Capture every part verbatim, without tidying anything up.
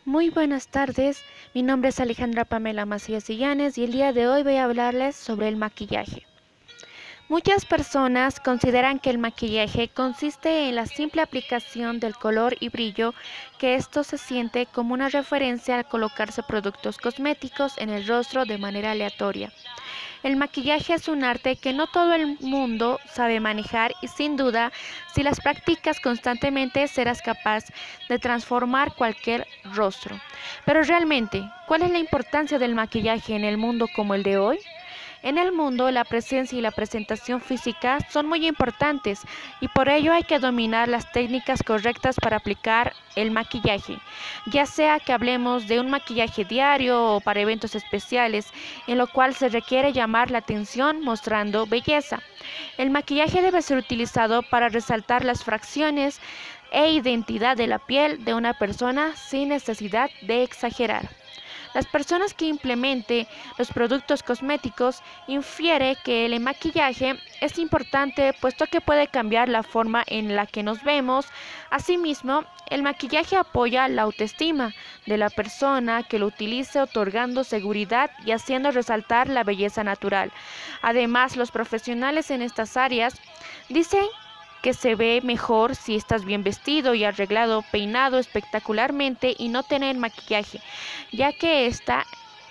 Muy buenas tardes, mi nombre es Alejandra Pamela Macías Illanes y el día de hoy voy a hablarles sobre el maquillaje. Muchas personas consideran que el maquillaje consiste en la simple aplicación del color y brillo, que esto se siente como una referencia al colocarse productos cosméticos en el rostro de manera aleatoria. El maquillaje es un arte que no todo el mundo sabe manejar y sin duda, si las practicas constantemente serás capaz de transformar cualquier rostro. Pero realmente, ¿cuál es la importancia del maquillaje en el mundo como el de hoy? En el mundo, la presencia y la presentación física son muy importantes y por ello hay que dominar las técnicas correctas para aplicar el maquillaje, ya sea que hablemos de un maquillaje diario o para eventos especiales, en lo cual se requiere llamar la atención mostrando belleza. El maquillaje debe ser utilizado para resaltar las fracciones e identidad de la piel de una persona sin necesidad de exagerar. Las personas que implementen los productos cosméticos infiere que el maquillaje es importante puesto que puede cambiar la forma en la que nos vemos. Asimismo, el maquillaje apoya la autoestima de la persona que lo utilice, otorgando seguridad y haciendo resaltar la belleza natural. Además, los profesionales en estas áreas dicen que se ve mejor si estás bien vestido y arreglado, peinado espectacularmente y no tener maquillaje, ya que está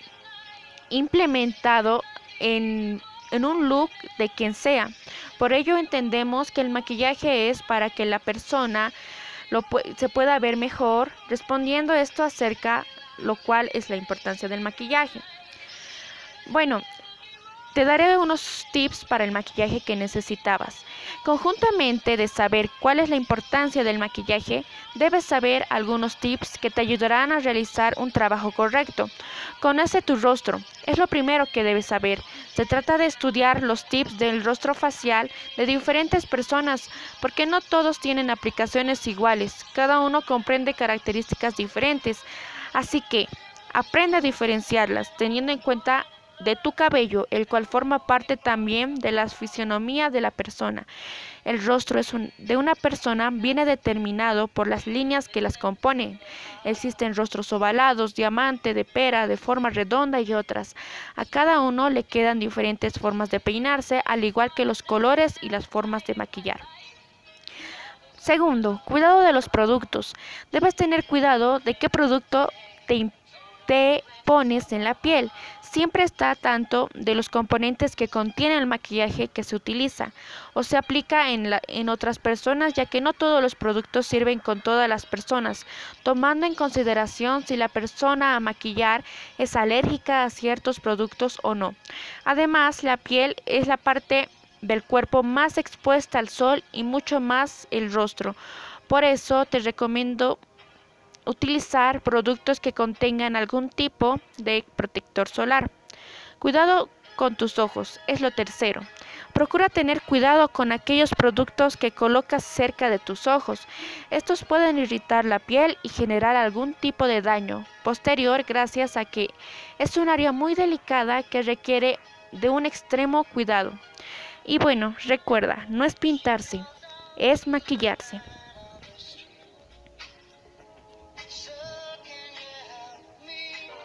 implementado en, en un look de quien sea. Por ello entendemos que el maquillaje es para que la persona lo, se pueda ver mejor, respondiendo esto acerca lo cual es la importancia del maquillaje. Bueno, te daré unos tips para el maquillaje que necesitabas. Conjuntamente de saber cuál es la importancia del maquillaje, debes saber algunos tips que te ayudarán a realizar un trabajo correcto. Conoce tu rostro, es lo primero que debes saber. Se trata de estudiar los tips del rostro facial de diferentes personas, porque no todos tienen aplicaciones iguales, cada uno comprende características diferentes. Así que, aprende a diferenciarlas, teniendo en cuenta de tu cabello, el cual forma parte también de la fisionomía de la persona. El rostro es un, de una persona viene determinado por las líneas que las componen. Existen rostros ovalados, diamante, de pera, de forma redonda y otras. A cada uno le quedan diferentes formas de peinarse, al igual que los colores y las formas de maquillar. Segundo, cuidado de los productos. Debes tener cuidado de qué producto te, te pones en la piel. Siempre está tanto de los componentes que contiene el maquillaje que se utiliza o se aplica en, la, en otras personas, ya que no todos los productos sirven con todas las personas, tomando en consideración si la persona a maquillar es alérgica a ciertos productos o no. Además, la piel es la parte del cuerpo más expuesta al sol y mucho más el rostro. Por eso te recomiendo utilizar productos que contengan algún tipo de protector solar. Cuidado con tus ojos, es lo tercero. Procura tener cuidado con aquellos productos que colocas cerca de tus ojos. Estos pueden irritar la piel y generar algún tipo de daño posterior, gracias a que es un área muy delicada que requiere de un extremo cuidado. Y bueno, recuerda, no es pintarse, es maquillarse.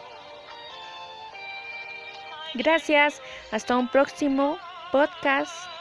Gracias, hasta un próximo podcast.